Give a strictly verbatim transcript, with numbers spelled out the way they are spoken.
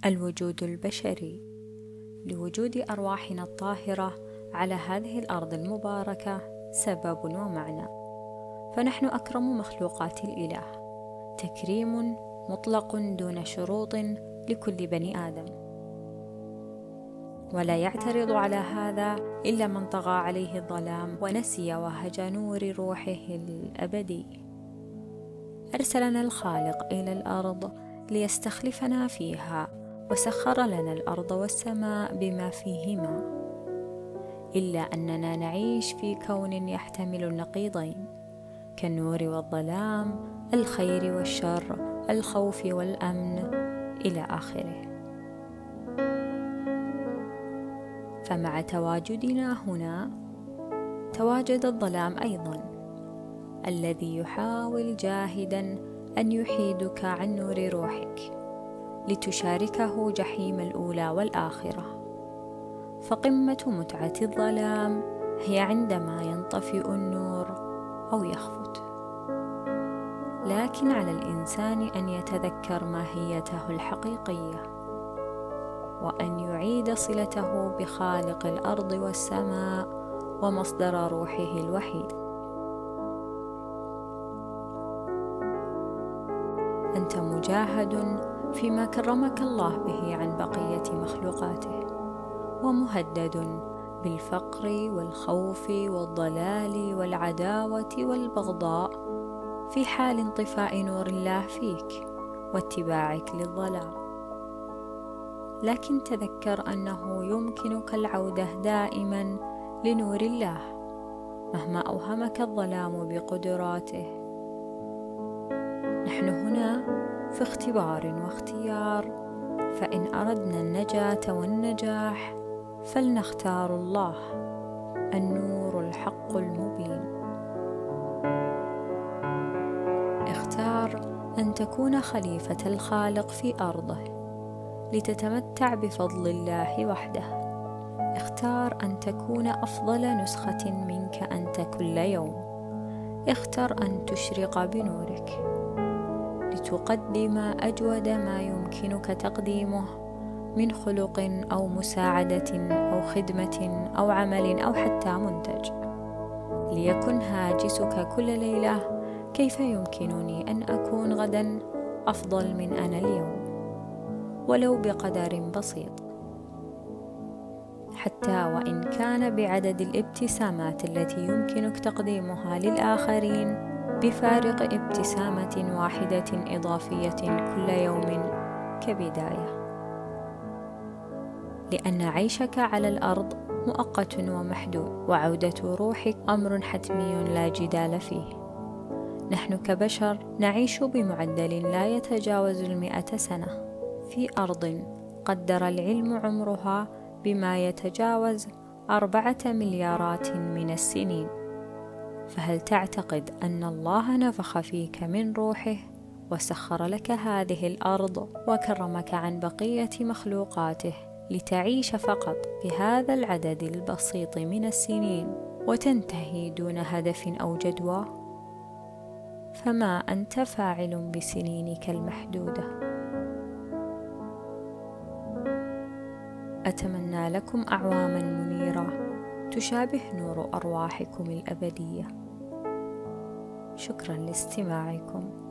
الوجود البشري. لوجود أرواحنا الطاهرة على هذه الأرض المباركة سبب ومعنى، فنحن أكرم مخلوقات الإله، تكريم مطلق دون شروط لكل بني آدم، ولا يعترض على هذا إلا من طغى عليه الظلام ونسي وهج نور روحه الأبدي. أرسلنا الخالق إلى الأرض ليستخلفنا فيها، وسخر لنا الأرض والسماء بما فيهما، إلا أننا نعيش في كون يحتمل النقيضين كالنور والظلام، الخير والشر، الخوف والأمن إلى آخره. فمع تواجدنا هنا تواجد الظلام أيضا، الذي يحاول جاهدا أن يحيدك عن نور روحك لتشاركه جحيم الأولى والآخرة. فقمة متعة الظلام هي عندما ينطفئ النور أو يخفت، لكن على الإنسان أن يتذكر ماهيته الحقيقية، وأن يعيد صلته بخالق الأرض والسماء ومصدر روحه الوحيد. أنت مجاهد فيما كرمك الله به عن بقية مخلوقاته، ومهدد بالفقر والخوف والضلال والعداوة والبغضاء في حال انطفاء نور الله فيك واتباعك للظلام. لكن تذكر أنه يمكنك العودة دائما لنور الله مهما أوهمك الظلام بقدراته. نحن هنا في اختبار واختيار، فإن أردنا النجاة والنجاح فلنختار الله، النور الحق المبين. اختار أن تكون خليفة الخالق في أرضه لتتمتع بفضل الله وحده. اختار أن تكون أفضل نسخة منك أنت كل يوم. اختر أن تشرق بنورك لتقدم أجود ما يمكنك تقديمه من خلق أو مساعدة أو خدمة أو عمل أو حتى منتج. ليكن هاجسك كل ليلة: كيف يمكنني أن أكون غدا أفضل من أنا اليوم، ولو بقدر بسيط، حتى وإن كان بعدد الابتسامات التي يمكنك تقديمها للآخرين بفارق ابتسامة واحدة إضافية كل يوم كبداية. لأن عيشك على الأرض مؤقت ومحدود، وعودة روحك أمر حتمي لا جدال فيه. نحن كبشر نعيش بمعدل لا يتجاوز المئة سنة في أرض قدر العلم عمرها بما يتجاوز أربعة مليارات من السنين. فهل تعتقد أن الله نفخ فيك من روحه وسخر لك هذه الأرض وكرمك عن بقية مخلوقاته لتعيش فقط بهذا العدد البسيط من السنين وتنتهي دون هدف أو جدوى؟ فما أنت فاعل بسنينك المحدودة؟ أتمنى لكم أعواما منيرة تشابه نور أرواحكم الأبدية. شكرا لاستماعكم.